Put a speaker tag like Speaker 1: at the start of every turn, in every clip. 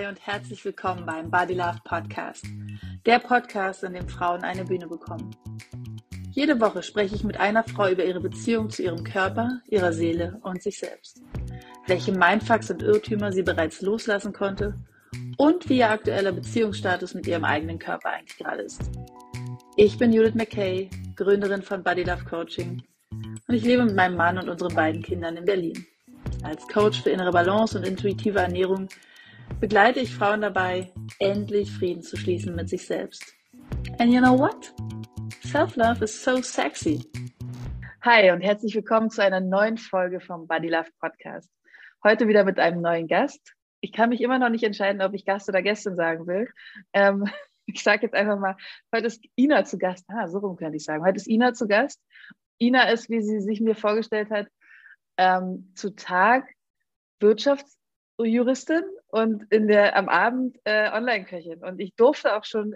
Speaker 1: und herzlich willkommen beim Body Love Podcast, der Podcast, in dem Frauen eine Bühne bekommen. Jede Woche spreche ich mit einer Frau über ihre Beziehung zu ihrem Körper, ihrer Seele und sich selbst, welche Mindfucks und Irrtümer sie bereits loslassen konnte und wie ihr aktueller Beziehungsstatus mit ihrem eigenen Körper eigentlich gerade ist. Ich bin Judith McKay, Gründerin von Body Love Coaching und ich lebe mit meinem Mann und unseren beiden Kindern in Berlin. Als Coach für innere Balance und intuitive Ernährung begleite ich Frauen dabei, endlich Frieden zu schließen mit sich selbst. And you know what? Self-love is so sexy. Hi und herzlich willkommen zu einer neuen Folge vom Body Love Podcast. Heute wieder mit einem neuen Gast. Ich kann mich immer noch nicht entscheiden, ob ich Gast oder Gästin sagen will. Ich sage jetzt einfach mal, heute ist Ina zu Gast. So rum könnte ich sagen. Heute ist Ina zu Gast. Ina ist, wie sie sich mir vorgestellt hat, zu Tag Wirtschaftsjuristin und am Abend Online-Köchin. Und ich durfte auch schon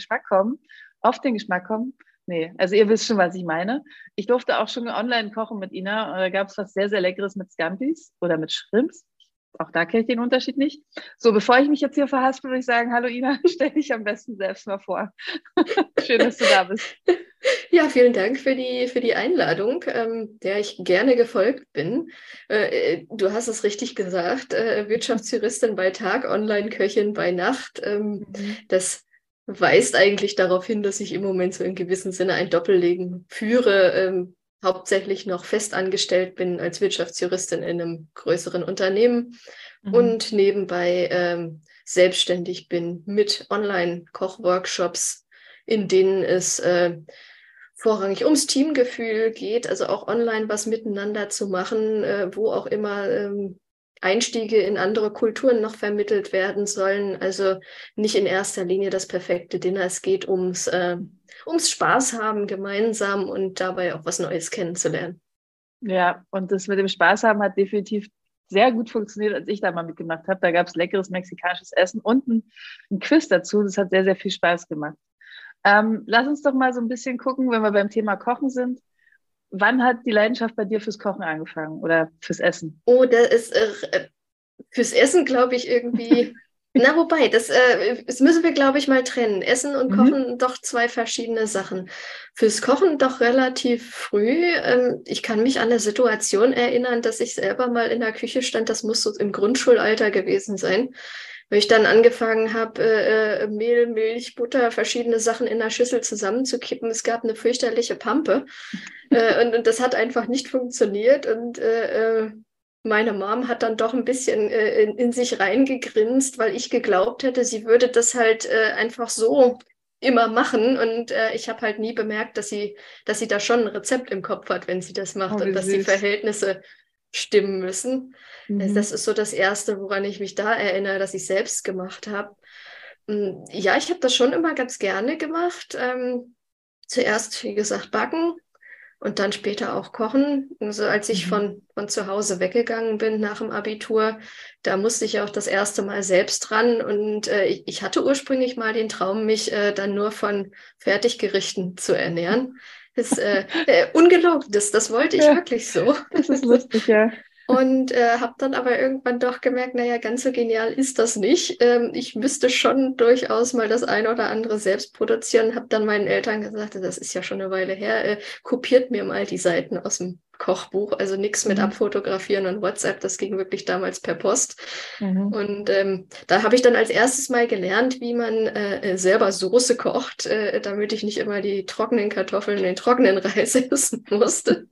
Speaker 1: auf den Geschmack kommen. Also ihr wisst schon, was ich meine. Ich durfte auch schon online kochen mit Ina. Und da gab es was sehr, sehr Leckeres mit Scampis oder mit Shrimps. Auch da kenne ich den Unterschied nicht. So, bevor ich mich jetzt hier verhaspel, würde ich sagen, hallo Ina, stell dich am besten selbst mal vor. Schön, dass du da bist.
Speaker 2: Ja, vielen Dank für die Einladung, der ich gerne gefolgt bin. Du hast es richtig gesagt, Wirtschaftsjuristin bei Tag, Online-Köchin bei Nacht. Das weist eigentlich darauf hin, dass ich im Moment so in gewissem Sinne ein Doppelleben führe, hauptsächlich noch festangestellt bin als Wirtschaftsjuristin in einem größeren Unternehmen und nebenbei selbstständig bin mit Online-Kochworkshops, in denen es vorrangig ums Teamgefühl geht, also auch online was miteinander zu machen, wo auch immer Einstiege in andere Kulturen noch vermittelt werden sollen. Also nicht in erster Linie das perfekte Dinner, es geht ums Spaß haben gemeinsam und dabei auch was Neues kennenzulernen.
Speaker 1: Ja, und das mit dem Spaß haben hat definitiv sehr gut funktioniert, als ich da mal mitgemacht habe. Da gab es leckeres mexikanisches Essen und ein Quiz dazu. Das hat sehr, sehr viel Spaß gemacht. Lass uns doch mal so ein bisschen gucken, wenn wir beim Thema Kochen sind. Wann hat die Leidenschaft bei dir fürs Kochen angefangen oder fürs Essen?
Speaker 2: Oh, das ist fürs Essen, glaube ich, irgendwie. Na, wobei, das müssen wir, glaube ich, mal trennen. Essen und Kochen, doch zwei verschiedene Sachen. Fürs Kochen doch relativ früh. Ich kann mich an eine Situation erinnern, dass ich selber mal in der Küche stand. Das muss so im Grundschulalter gewesen sein. Weil ich dann angefangen habe, Mehl, Milch, Butter, verschiedene Sachen in der Schüssel zusammenzukippen. Es gab eine fürchterliche Pampe. Und das hat einfach nicht funktioniert. Und meine Mom hat dann doch ein bisschen in sich reingegrinst, weil ich geglaubt hätte, sie würde das halt einfach so immer machen. Und ich habe halt nie bemerkt, dass sie da schon ein Rezept im Kopf hat, wenn sie das macht, und dass die Verhältnisse stimmen müssen. Das ist so das Erste, woran ich mich da erinnere, dass ich selbst gemacht habe. Ja, ich habe das schon immer ganz gerne gemacht. Zuerst, wie gesagt, backen und dann später auch kochen. Also als ich von zu Hause weggegangen bin nach dem Abitur, da musste ich auch das erste Mal selbst ran. Und ich hatte ursprünglich mal den Traum, mich dann nur von Fertiggerichten zu ernähren. Das ist ungelogen, das wollte ich wirklich so.
Speaker 1: Das ist lustig, ja.
Speaker 2: Und habe dann aber irgendwann doch gemerkt, naja, ganz so genial ist das nicht. Ich müsste schon durchaus mal das eine oder andere selbst produzieren. Habe dann meinen Eltern gesagt, das ist ja schon eine Weile her, kopiert mir mal die Seiten aus dem Kochbuch. Also nichts mit Abfotografieren und WhatsApp, das ging wirklich damals per Post. Und da habe ich dann als erstes mal gelernt, wie man selber Soße kocht, damit ich nicht immer die trockenen Kartoffeln und den trockenen Reis essen musste.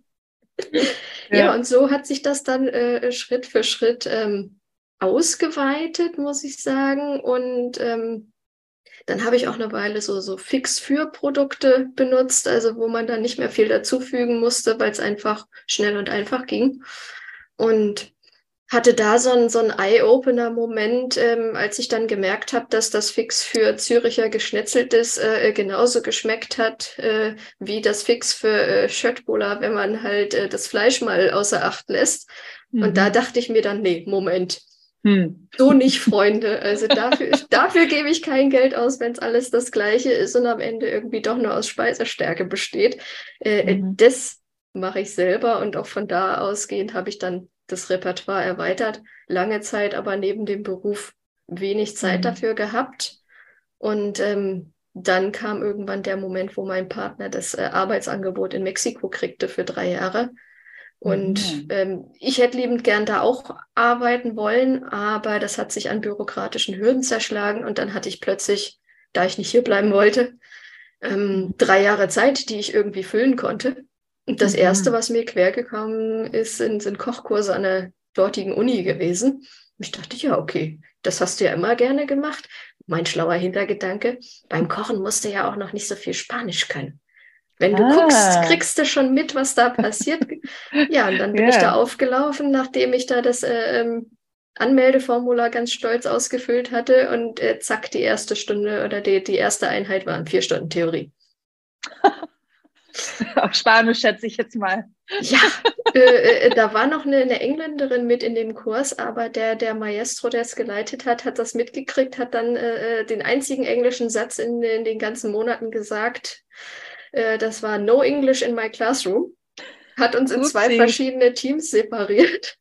Speaker 2: Ja, und so hat sich das dann Schritt für Schritt ausgeweitet, muss ich sagen. Und dann habe ich auch eine Weile so Fix-für-Produkte benutzt, also wo man dann nicht mehr viel dazufügen musste, weil es einfach schnell und einfach ging. Und hatte da so einen Eye-Opener-Moment, als ich dann gemerkt habe, dass das Fix für Züricher Geschnetzeltes genauso geschmeckt hat wie das Fix für Schöttbullar, wenn man halt das Fleisch mal außer Acht lässt. Und da dachte ich mir dann, nee, Moment, so nicht, Freunde. Also dafür gebe ich kein Geld aus, wenn es alles das Gleiche ist und am Ende irgendwie doch nur aus Speisestärke besteht. Das mache ich selber, und auch von da ausgehend habe ich dann das Repertoire erweitert, lange Zeit aber neben dem Beruf wenig Zeit dafür gehabt. Und dann kam irgendwann der Moment, wo mein Partner das Arbeitsangebot in Mexiko kriegte für 3 Jahre. Und ich hätte liebend gern da auch arbeiten wollen, aber das hat sich an bürokratischen Hürden zerschlagen. Und dann hatte ich plötzlich, da ich nicht hier bleiben wollte, 3 Jahre Zeit, die ich irgendwie füllen konnte. Und das Erste, was mir quergekommen ist, sind Kochkurse an der dortigen Uni gewesen. Und ich dachte, ja, okay, das hast du ja immer gerne gemacht. Mein schlauer Hintergedanke, beim Kochen musst du ja auch noch nicht so viel Spanisch können. Wenn du guckst, kriegst du schon mit, was da passiert. Ja, und dann bin ich da aufgelaufen, nachdem ich da das Anmeldeformular ganz stolz ausgefüllt hatte und zack, die erste Stunde oder die erste Einheit waren 4 Stunden Theorie.
Speaker 1: Auf Spanisch schätze ich jetzt mal.
Speaker 2: Ja, da war noch eine Engländerin mit in dem Kurs, aber der Maestro, der es geleitet hat, hat das mitgekriegt, hat dann den einzigen englischen Satz in den ganzen Monaten gesagt. Das war No English in my classroom. Hat uns in 2 verschiedene Teams separiert.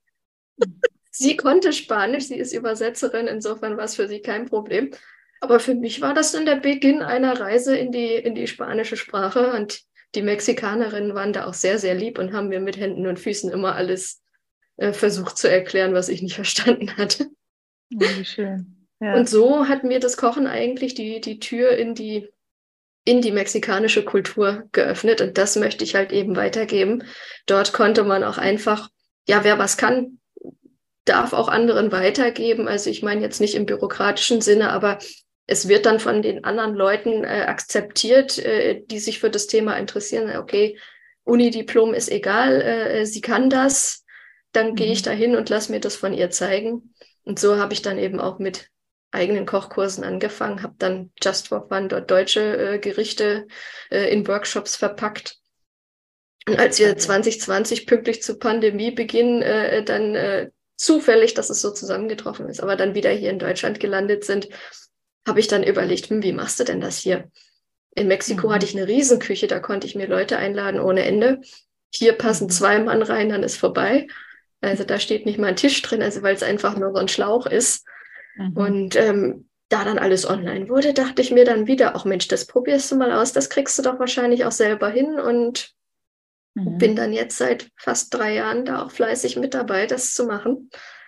Speaker 2: Sie konnte Spanisch, sie ist Übersetzerin, insofern war es für sie kein Problem. Aber für mich war das dann der Beginn einer Reise in die spanische Sprache. Und die Mexikanerinnen waren da auch sehr, sehr lieb und haben mir mit Händen und Füßen immer alles versucht zu erklären, was ich nicht verstanden hatte.
Speaker 1: Oh, wie schön. Ja.
Speaker 2: Und so hat mir das Kochen eigentlich die Tür in die mexikanische Kultur geöffnet. Und das möchte ich halt eben weitergeben. Dort konnte man auch einfach, ja, wer was kann, darf auch anderen weitergeben. Also ich meine jetzt nicht im bürokratischen Sinne, aber es wird dann von den anderen Leuten akzeptiert, die sich für das Thema interessieren. Okay, Unidiplom ist egal, sie kann das. Dann gehe ich dahin und lasse mir das von ihr zeigen. Und so habe ich dann eben auch mit eigenen Kochkursen angefangen, habe dann just for fun dort deutsche Gerichte in Workshops verpackt. Und als wir 2020 pünktlich zu Pandemiebeginn dann zufällig, dass es so zusammengetroffen ist, aber dann wieder hier in Deutschland gelandet sind, habe ich dann überlegt, wie machst du denn das hier? In Mexiko hatte ich eine Riesenküche, da konnte ich mir Leute einladen ohne Ende. Hier passen 2 Mann rein, dann ist vorbei. Also da steht nicht mal ein Tisch drin, also weil es einfach nur so ein Schlauch ist. Und da dann alles online wurde, dachte ich mir dann wieder, ach Mensch, das probierst du mal aus, das kriegst du doch wahrscheinlich auch selber hin und bin dann jetzt seit fast 3 Jahren da auch fleißig mit dabei, das zu machen.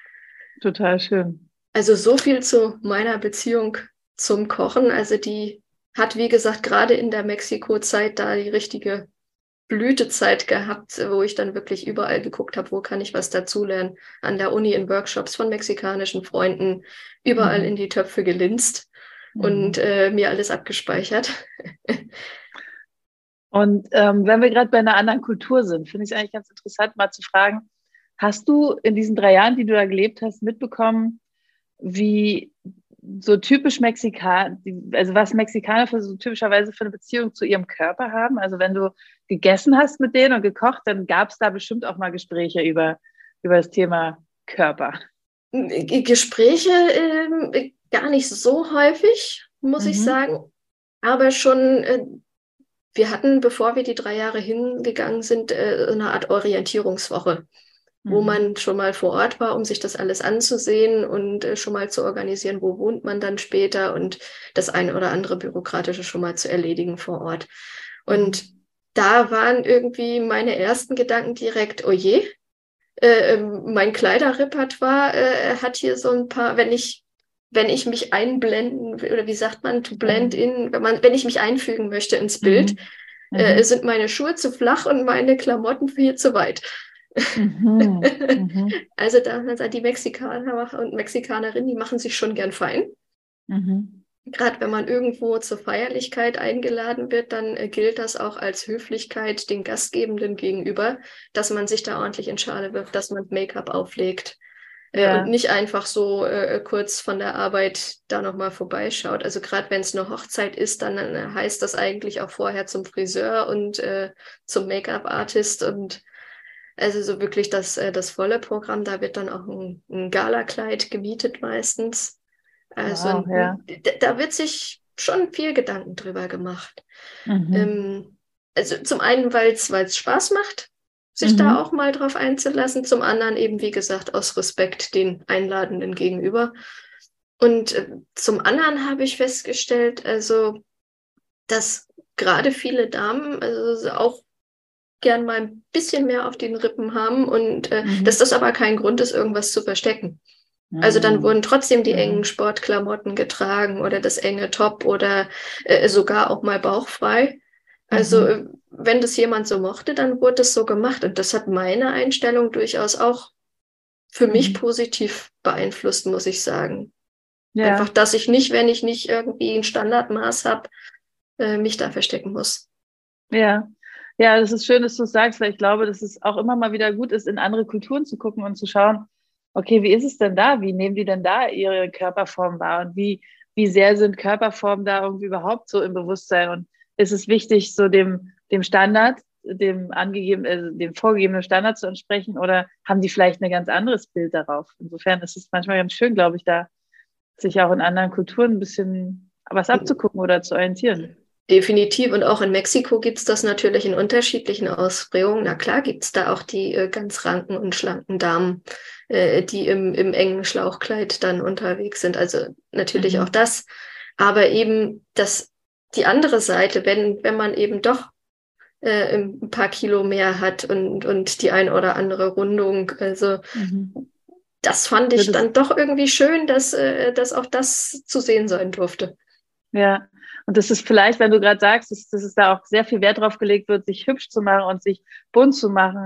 Speaker 1: Total schön.
Speaker 2: Also so viel zu meiner Beziehung zum Kochen. Also die hat, wie gesagt, gerade in der Mexiko-Zeit da die richtige Blütezeit gehabt, wo ich dann wirklich überall geguckt habe, wo kann ich was dazulernen. An der Uni in Workshops von mexikanischen Freunden, überall in die Töpfe gelinst und mir alles abgespeichert.
Speaker 1: Und wenn wir gerade bei einer anderen Kultur sind, finde ich es eigentlich ganz interessant, mal zu fragen, hast du in diesen 3 Jahren, die du da gelebt hast, mitbekommen, wie so typisch also was Mexikaner so typischerweise für eine Beziehung zu ihrem Körper haben? Also wenn du gegessen hast mit denen und gekocht, dann gab es da bestimmt auch mal Gespräche über das Thema Körper.
Speaker 2: Gespräche gar nicht so häufig, muss ich sagen, aber schon wir hatten, bevor wir die 3 Jahre hingegangen sind, eine Art Orientierungswoche, wo man schon mal vor Ort war, um sich das alles anzusehen und schon mal zu organisieren, wo wohnt man dann später und das eine oder andere Bürokratische schon mal zu erledigen vor Ort. Und da waren irgendwie meine ersten Gedanken direkt, oh je, mein Kleiderrepertoire hat hier so ein paar, wenn ich mich einblenden, oder wie sagt man, to blend in, wenn ich mich einfügen möchte ins Bild, sind meine Schuhe zu flach und meine Klamotten viel zu weit. Also da die Mexikaner und Mexikanerinnen, die machen sich schon gern fein. Gerade wenn man irgendwo zur Feierlichkeit eingeladen wird, dann gilt das auch als Höflichkeit den Gastgebenden gegenüber, dass man sich da ordentlich in Schale wirft, dass man Make-up auflegt. Und nicht einfach so kurz von der Arbeit da nochmal vorbeischaut. Also gerade wenn es eine Hochzeit ist, dann heißt das eigentlich auch vorher zum Friseur und zum Make-up-Artist und also so wirklich das volle Programm. Da wird dann auch ein Galakleid gemietet meistens. Also da wird sich schon viel Gedanken drüber gemacht. Also zum einen, weil es Spaß macht, sich da auch mal drauf einzulassen. Zum anderen eben, wie gesagt, aus Respekt den Einladenden gegenüber. Und zum anderen habe ich festgestellt, also, dass gerade viele Damen also auch gern mal ein bisschen mehr auf den Rippen haben und dass das aber kein Grund ist, irgendwas zu verstecken. Also dann wurden trotzdem die engen Sportklamotten getragen oder das enge Top oder sogar auch mal bauchfrei. Also wenn das jemand so mochte, dann wurde das so gemacht. Und das hat meine Einstellung durchaus auch für mich positiv beeinflusst, muss ich sagen.
Speaker 1: Ja.
Speaker 2: Einfach, dass ich nicht, wenn ich nicht irgendwie ein Standardmaß habe, mich da verstecken muss.
Speaker 1: Ja. Ja, das ist schön, dass du es sagst, weil ich glaube, dass es auch immer mal wieder gut ist, in andere Kulturen zu gucken und zu schauen, okay, wie ist es denn da? Wie nehmen die denn da ihre Körperform wahr? Und wie sehr sind Körperformen da irgendwie überhaupt so im Bewusstsein? Und ist es wichtig, so dem Standard, dem vorgegebenen Standard zu entsprechen? Oder haben die vielleicht ein ganz anderes Bild darauf? Insofern ist es manchmal ganz schön, glaube ich, da sich auch in anderen Kulturen ein bisschen was abzugucken oder zu orientieren.
Speaker 2: Definitiv. Und auch in Mexiko gibt es das natürlich in unterschiedlichen Ausprägungen. Na klar gibt es da auch die ganz ranken und schlanken Damen, die im engen Schlauchkleid dann unterwegs sind. Also natürlich auch das. Aber eben die andere Seite, wenn man eben doch ein paar Kilo mehr hat und die ein oder andere Rundung. Also das fand ich dann doch irgendwie schön, dass auch das zu sehen sein durfte.
Speaker 1: Ja, und das ist vielleicht, wenn du gerade sagst, dass es da auch sehr viel Wert drauf gelegt wird, sich hübsch zu machen und sich bunt zu machen,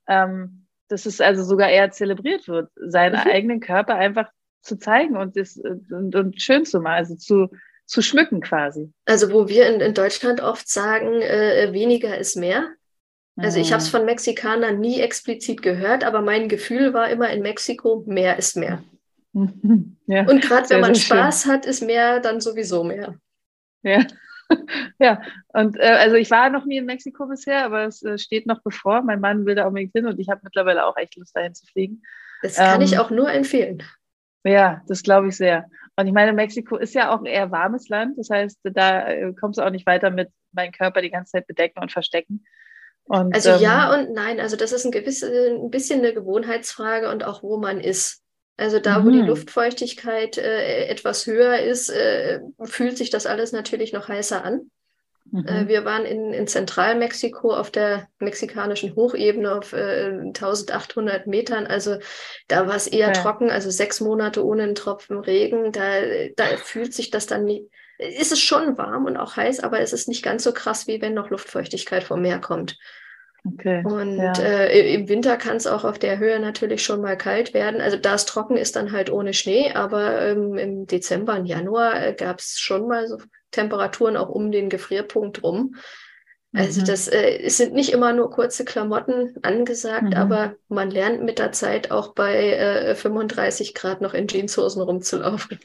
Speaker 1: dass es also sogar eher zelebriert wird, seinen eigenen Körper einfach zu zeigen und schön zu machen, also zu schmücken quasi.
Speaker 2: Also wo wir in Deutschland oft sagen, weniger ist mehr. Also ich habe es von Mexikanern nie explizit gehört, aber mein Gefühl war immer in Mexiko, mehr ist mehr.
Speaker 1: Ja,
Speaker 2: und gerade wenn man Spaß
Speaker 1: schön.
Speaker 2: hat, ist mehr dann sowieso mehr.
Speaker 1: Ja, ja. Und also ich war noch nie in Mexiko bisher, aber es steht noch bevor. Mein Mann will da unbedingt hin und ich habe mittlerweile auch echt Lust, dahin zu fliegen.
Speaker 2: Das kann ich auch nur empfehlen.
Speaker 1: Ja, das glaube ich sehr. Und ich meine, Mexiko ist ja auch ein eher warmes Land. Das heißt, da kommst du auch nicht weiter mit meinen Körper die ganze Zeit bedecken und verstecken. Und,
Speaker 2: also ja und nein. Also das ist ein bisschen eine Gewohnheitsfrage und auch, wo man ist. Also da, wo die Luftfeuchtigkeit etwas höher ist, fühlt sich das alles natürlich noch heißer an. Wir waren in Zentralmexiko auf der mexikanischen Hochebene auf 1800 Metern. Also da war es eher trocken, also 6 Monate ohne einen Tropfen Regen. Da fühlt sich das dann nicht. Ist es schon warm und auch heiß, aber es ist nicht ganz so krass, wie wenn noch Luftfeuchtigkeit vom Meer kommt.
Speaker 1: Okay,
Speaker 2: und im Winter kann es auch auf der Höhe natürlich schon mal kalt werden. Also da es trocken ist, dann halt ohne Schnee. Aber im Dezember und Januar gab es schon mal so Temperaturen auch um den Gefrierpunkt rum. Also es sind nicht immer nur kurze Klamotten angesagt, aber man lernt mit der Zeit auch bei 35 Grad noch in Jeanshosen rumzulaufen.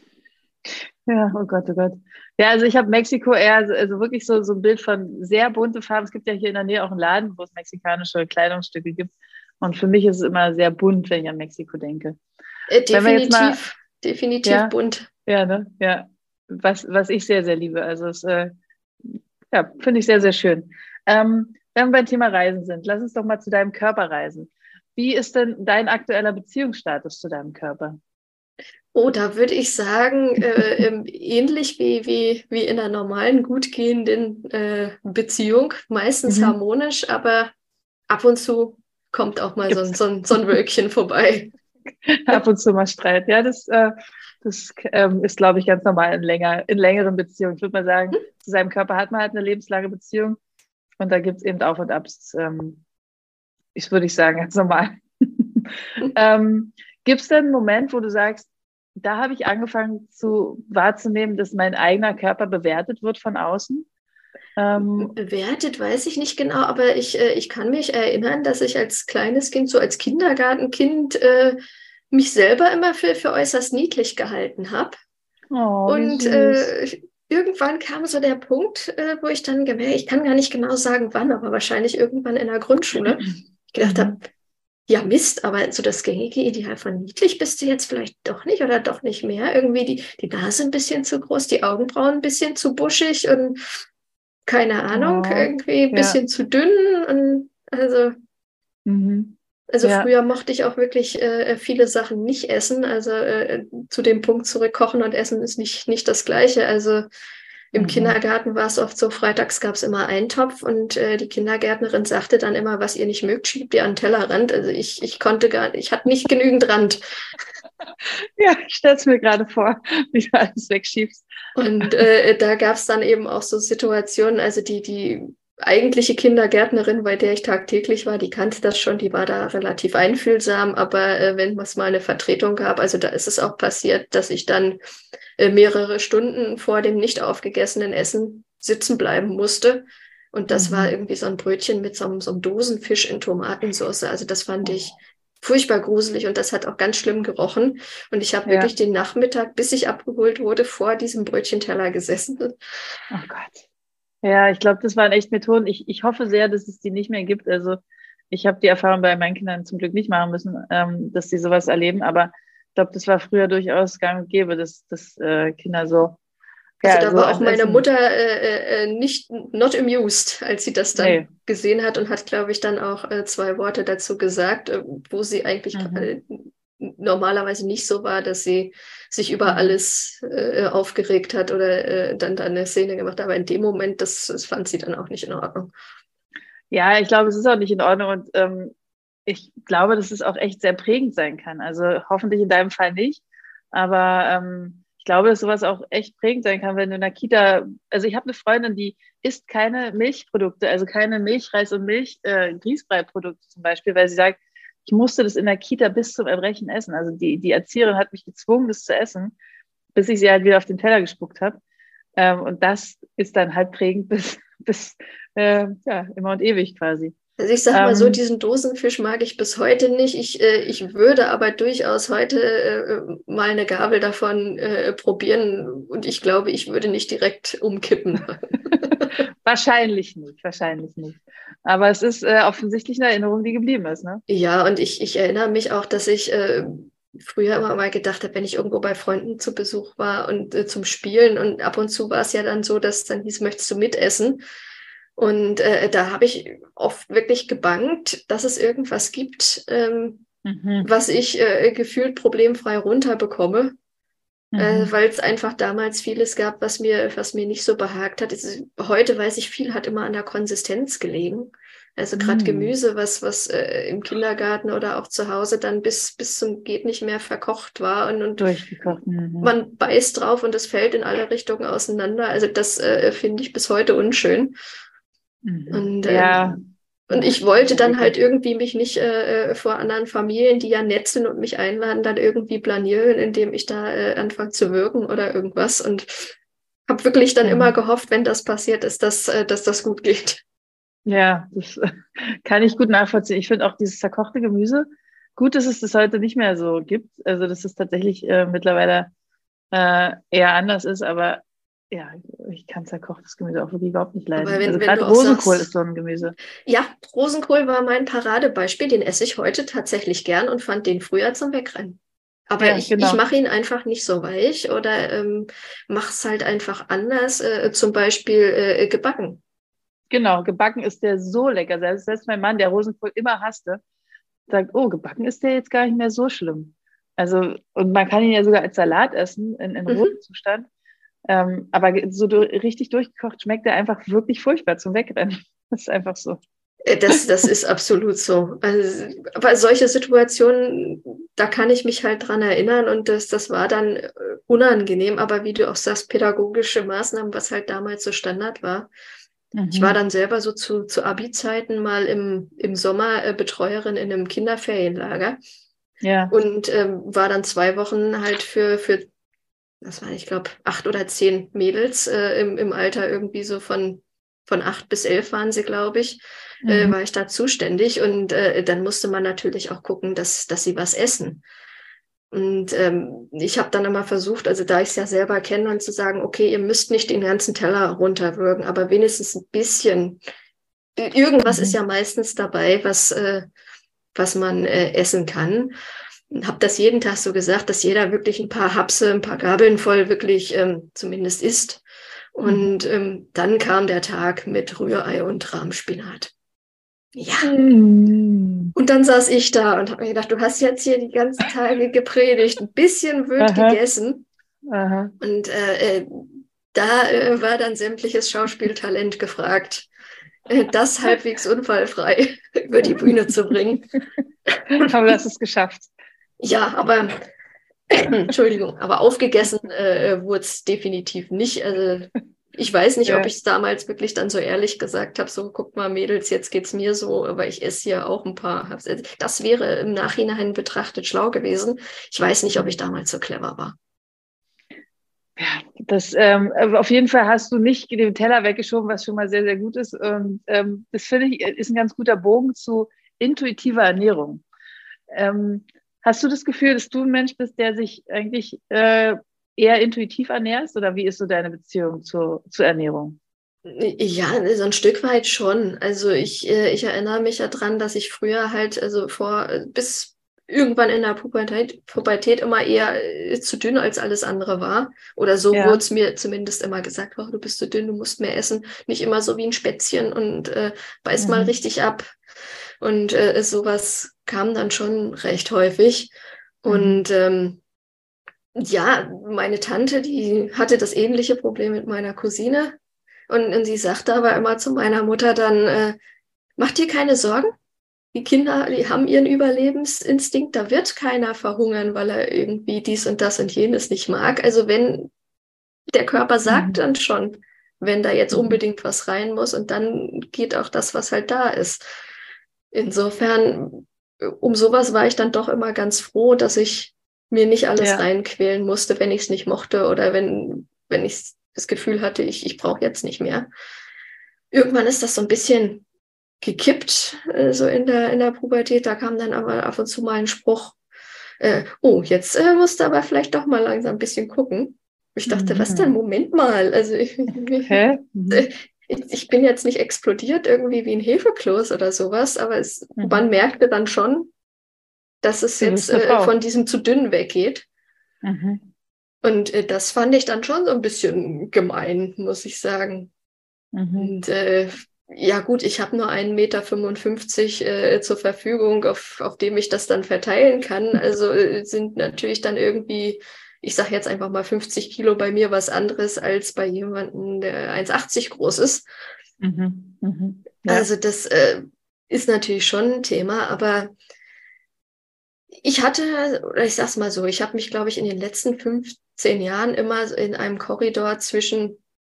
Speaker 1: Ja, oh Gott, oh Gott. Ja, also ich habe Mexiko eher, also wirklich so ein Bild von sehr bunte Farben. Es gibt ja hier in der Nähe auch einen Laden, wo es mexikanische Kleidungsstücke gibt. Und für mich ist es immer sehr bunt, wenn ich an Mexiko denke.
Speaker 2: Definitiv bunt.
Speaker 1: Ja, ne? Ja. Was ich sehr, sehr liebe. Also es, ja, finde ich sehr, sehr schön. Wenn wir beim Thema Reisen sind, lass uns doch mal zu deinem Körper reisen. Wie ist denn dein aktueller Beziehungsstatus zu deinem Körper?
Speaker 2: Oh, da würde ich sagen, ähnlich wie in einer normalen, gut gehenden Beziehung, meistens harmonisch, aber ab und zu kommt auch mal so ein Wölkchen vorbei.
Speaker 1: Ab und zu mal Streit. Ja, das ist, glaube ich, ganz normal in längeren Beziehungen. Ich würde mal sagen, zu seinem Körper hat man halt eine lebenslange Beziehung und da gibt es eben Auf und Abs. Würde ich sagen, ganz normal. Gibt es denn einen Moment, wo du sagst, da habe ich angefangen wahrzunehmen, dass mein eigener Körper bewertet wird von außen?
Speaker 2: Bewertet weiß ich nicht genau, aber ich kann mich erinnern, dass ich als kleines Kind, so als Kindergartenkind, mich selber immer für äußerst niedlich gehalten habe.
Speaker 1: Oh,
Speaker 2: und irgendwann kam so der Punkt, wo ich dann gemerkt, ich kann gar nicht genau sagen, wann, aber wahrscheinlich irgendwann in der Grundschule, ich gedacht habe, ja Mist, aber so das gängige Ideal von niedlich bist du jetzt vielleicht doch nicht oder doch nicht mehr. Irgendwie die Nase ein bisschen zu groß, die Augenbrauen ein bisschen zu buschig und keine Ahnung, irgendwie ein bisschen zu dünn. Und also Also früher mochte ich auch wirklich viele Sachen nicht essen. Also zu dem Punkt zurück, Kochen und Essen ist nicht das Gleiche. Also im Kindergarten war es oft so, freitags gab es immer einen Topf und die Kindergärtnerin sagte dann immer, was ihr nicht mögt, schiebt ihr an den Tellerrand. Also ich konnte ich hatte nicht genügend Rand.
Speaker 1: Ja, ich stelle es mir gerade vor, wie du alles wegschiebst.
Speaker 2: Und da gab es dann eben auch so Situationen, also die eigentliche Kindergärtnerin, bei der ich tagtäglich war, die kannte das schon, die war da relativ einfühlsam, aber wenn es mal eine Vertretung gab, also da ist es auch passiert, dass ich dann mehrere Stunden vor dem nicht aufgegessenen Essen sitzen bleiben musste. Und das war irgendwie so ein Brötchen mit so einem Dosenfisch in Tomatensauce. Also das fand ich furchtbar gruselig und das hat auch ganz schlimm gerochen. Und ich habe wirklich den Nachmittag, bis ich abgeholt wurde, vor diesem Brötchenteller gesessen.
Speaker 1: Oh Gott. Ja, ich glaube, das waren echt Methoden. Ich hoffe sehr, dass es die nicht mehr gibt. Also ich habe die Erfahrung bei meinen Kindern zum Glück nicht machen müssen, dass sie sowas erleben. Aber ich glaube, das war früher durchaus gang und gäbe, dass Kinder so,
Speaker 2: Also
Speaker 1: ja,
Speaker 2: da
Speaker 1: so
Speaker 2: war auch
Speaker 1: ans
Speaker 2: meine
Speaker 1: Essen.
Speaker 2: Mutter not amused, als sie das dann gesehen hat und hat, glaube ich, dann auch 2 Worte dazu gesagt, wo sie eigentlich normalerweise nicht so war, dass sie sich über alles aufgeregt hat oder dann eine Szene gemacht hat. Aber in dem Moment, das fand sie dann auch nicht in Ordnung.
Speaker 1: Ja, ich glaube, es ist auch nicht in Ordnung und ich glaube, dass es auch echt sehr prägend sein kann. Also hoffentlich in deinem Fall nicht, aber ich glaube, dass sowas auch echt prägend sein kann, wenn du in der Kita, also ich habe eine Freundin, die isst keine Milchprodukte, also keine Milchreis- und Grießbrei-Produkte zum Beispiel, weil sie sagt, ich musste das in der Kita bis zum Erbrechen essen. Also die Erzieherin hat mich gezwungen, das zu essen, bis ich sie halt wieder auf den Teller gespuckt habe. Und das ist dann halt prägend bis immer und ewig quasi.
Speaker 2: Also ich sag mal so, diesen Dosenfisch mag ich bis heute nicht. Ich würde aber durchaus heute mal eine Gabel davon probieren und ich glaube, ich würde nicht direkt umkippen.
Speaker 1: Wahrscheinlich nicht. Aber es ist offensichtlich eine Erinnerung, die geblieben ist, ne?
Speaker 2: Ja, und ich erinnere mich auch, dass ich früher immer mal gedacht habe, wenn ich irgendwo bei Freunden zu Besuch war und zum Spielen und ab und zu war es ja dann so, dass dann hieß, möchtest du mitessen? Und da habe ich oft wirklich gebangt, dass es irgendwas gibt, was ich gefühlt problemfrei runterbekomme, weil es einfach damals vieles gab, was mir nicht so behagt hat. Heute weiß ich, viel hat immer an der Konsistenz gelegen. Also gerade Gemüse, was im Kindergarten oder auch zu Hause dann bis zum geht nicht mehr verkocht war und
Speaker 1: Durchgekocht.
Speaker 2: man beißt drauf und es fällt in alle Richtungen auseinander. Also das finde ich bis heute unschön. Und, und ich wollte dann halt irgendwie mich nicht vor anderen Familien, die ja nett sind und mich einladen, dann irgendwie blamieren, indem ich da anfange zu würgen oder irgendwas. Und habe wirklich dann immer gehofft, wenn das passiert ist, dass das gut geht.
Speaker 1: Ja, das kann ich gut nachvollziehen. Ich finde auch dieses zerkochte Gemüse gut, dass es das heute nicht mehr so gibt. Also, dass es tatsächlich mittlerweile eher anders ist, aber ja, ich kann zerkochtes Gemüse auch wirklich überhaupt nicht leiden.
Speaker 2: Aber wenn
Speaker 1: Also
Speaker 2: du
Speaker 1: gerade
Speaker 2: auch
Speaker 1: Rosenkohl
Speaker 2: sagst,
Speaker 1: ist so ein Gemüse.
Speaker 2: ja, Rosenkohl war mein Paradebeispiel, den esse ich heute tatsächlich gern und fand den früher zum Wegrennen. Aber
Speaker 1: Ja,
Speaker 2: ich
Speaker 1: genau.
Speaker 2: mache ihn einfach nicht so weich oder mache es halt einfach anders, zum Beispiel gebacken.
Speaker 1: Genau, gebacken ist der so lecker. Selbst mein Mann, der Rosenkohl immer hasste, sagt, oh, gebacken ist der jetzt gar nicht mehr so schlimm. Also, und man kann ihn ja sogar als Salat essen, in rohem
Speaker 2: Mhm.
Speaker 1: Zustand. Aber so richtig durchgekocht schmeckt er einfach wirklich furchtbar zum Wegrennen. Das ist einfach so.
Speaker 2: Das ist absolut so. Also, aber solche Situationen, da kann ich mich halt dran erinnern und das war dann unangenehm, aber wie du auch sagst, pädagogische Maßnahmen, was halt damals so Standard war. Ich war dann selber so zu Abi-Zeiten mal im Sommer Betreuerin in einem Kinderferienlager
Speaker 1: Ja.
Speaker 2: und war dann 2 Wochen halt für das waren, ich glaube, 8 oder 10 Mädels im Alter irgendwie so von 8 bis 11 waren sie, glaube ich,
Speaker 1: Mhm.
Speaker 2: war ich da zuständig und dann musste man natürlich auch gucken, dass sie was essen. Und ich habe dann immer versucht, also da ich es ja selber kenne, und zu sagen, okay, ihr müsst nicht den ganzen Teller runterwürgen, aber wenigstens ein bisschen. Irgendwas ist ja meistens dabei, was man essen kann. Und habe das jeden Tag so gesagt, dass jeder wirklich ein paar Hapse, ein paar Gabeln voll wirklich zumindest isst. Und dann kam der Tag mit Rührei und Rahmspinat. Ja, Und dann saß ich da und habe mir gedacht, du hast jetzt hier die ganzen Tage gepredigt, ein bisschen wird
Speaker 1: Aha,
Speaker 2: gegessen.
Speaker 1: aha.
Speaker 2: Und da war dann sämtliches Schauspieltalent gefragt, das halbwegs unfallfrei über die Bühne zu bringen.
Speaker 1: Aber du hast es geschafft.
Speaker 2: Ja, aber Entschuldigung, aber aufgegessen wurde es definitiv nicht. Also ich weiß nicht, ob
Speaker 1: Ja.
Speaker 2: ich es damals wirklich dann so ehrlich gesagt habe, so guck mal Mädels, jetzt geht's mir so, aber ich esse hier auch ein paar. Das wäre im Nachhinein betrachtet schlau gewesen. Ich weiß nicht, ob ich damals so clever war.
Speaker 1: Ja, auf jeden Fall hast du nicht den Teller weggeschoben, was schon mal sehr, sehr gut ist. Und das finde ich, ist ein ganz guter Bogen zu intuitiver Ernährung. Hast du das Gefühl, dass du ein Mensch bist, der sich eigentlich eher intuitiv ernährst? Oder wie ist so deine Beziehung zur Ernährung?
Speaker 2: Ja, so ein Stück weit schon. Also ich erinnere mich ja dran, dass ich früher halt, also bis irgendwann in der Pubertät immer eher zu dünn als alles andere war. Oder so wurde
Speaker 1: Ja.
Speaker 2: es mir zumindest immer gesagt, oh, du bist zu dünn, du musst mehr essen. Nicht immer so wie ein Spätzchen und beiß mal
Speaker 1: Mhm.
Speaker 2: richtig ab. Und sowas kam dann schon recht häufig.
Speaker 1: Mhm.
Speaker 2: Und ja, meine Tante, die hatte das ähnliche Problem mit meiner Cousine. Und sie sagte aber immer zu meiner Mutter dann, mach dir keine Sorgen. Die Kinder, die haben ihren Überlebensinstinkt. Da wird keiner verhungern, weil er irgendwie dies und das und jenes nicht mag. Also wenn der Körper sagt
Speaker 1: Mhm.
Speaker 2: dann schon, wenn da jetzt
Speaker 1: Mhm.
Speaker 2: unbedingt was rein muss und dann geht auch das, was halt da ist. Insofern, um sowas war ich dann doch immer ganz froh, dass ich mir nicht alles
Speaker 1: Ja.
Speaker 2: reinquälen musste, wenn ich es nicht mochte oder wenn ich das Gefühl hatte, ich brauche jetzt nicht mehr. Irgendwann ist das so ein bisschen gekippt, so in der Pubertät. Da kam dann aber ab und zu mal ein Spruch, oh, jetzt musst du aber vielleicht doch mal langsam ein bisschen gucken. Ich dachte, was denn?
Speaker 1: Mhm.
Speaker 2: Moment mal. Also
Speaker 1: Hä? Mhm.
Speaker 2: ich bin jetzt nicht explodiert irgendwie wie ein Hefekloß oder sowas, aber man
Speaker 1: Mhm.
Speaker 2: merkte dann schon, dass es
Speaker 1: Du
Speaker 2: jetzt
Speaker 1: bist eine
Speaker 2: von
Speaker 1: Frau.
Speaker 2: diesem zu dünn weggeht.
Speaker 1: Mhm.
Speaker 2: Und das fand ich dann schon so ein bisschen gemein, muss ich sagen.
Speaker 1: Mhm.
Speaker 2: Und ja gut, ich habe nur 1,55 Meter zur Verfügung, auf dem ich das dann verteilen kann. Also sind natürlich dann irgendwie, ich sage jetzt einfach mal 50 Kilo bei mir was anderes als bei jemandem, der 1,80 groß ist.
Speaker 1: Mhm. Mhm. Ja.
Speaker 2: Also das ist natürlich schon ein Thema, aber ich hatte, oder ich sag's mal so, ich habe mich, glaube ich, in den letzten 15 Jahren immer in einem Korridor zwischen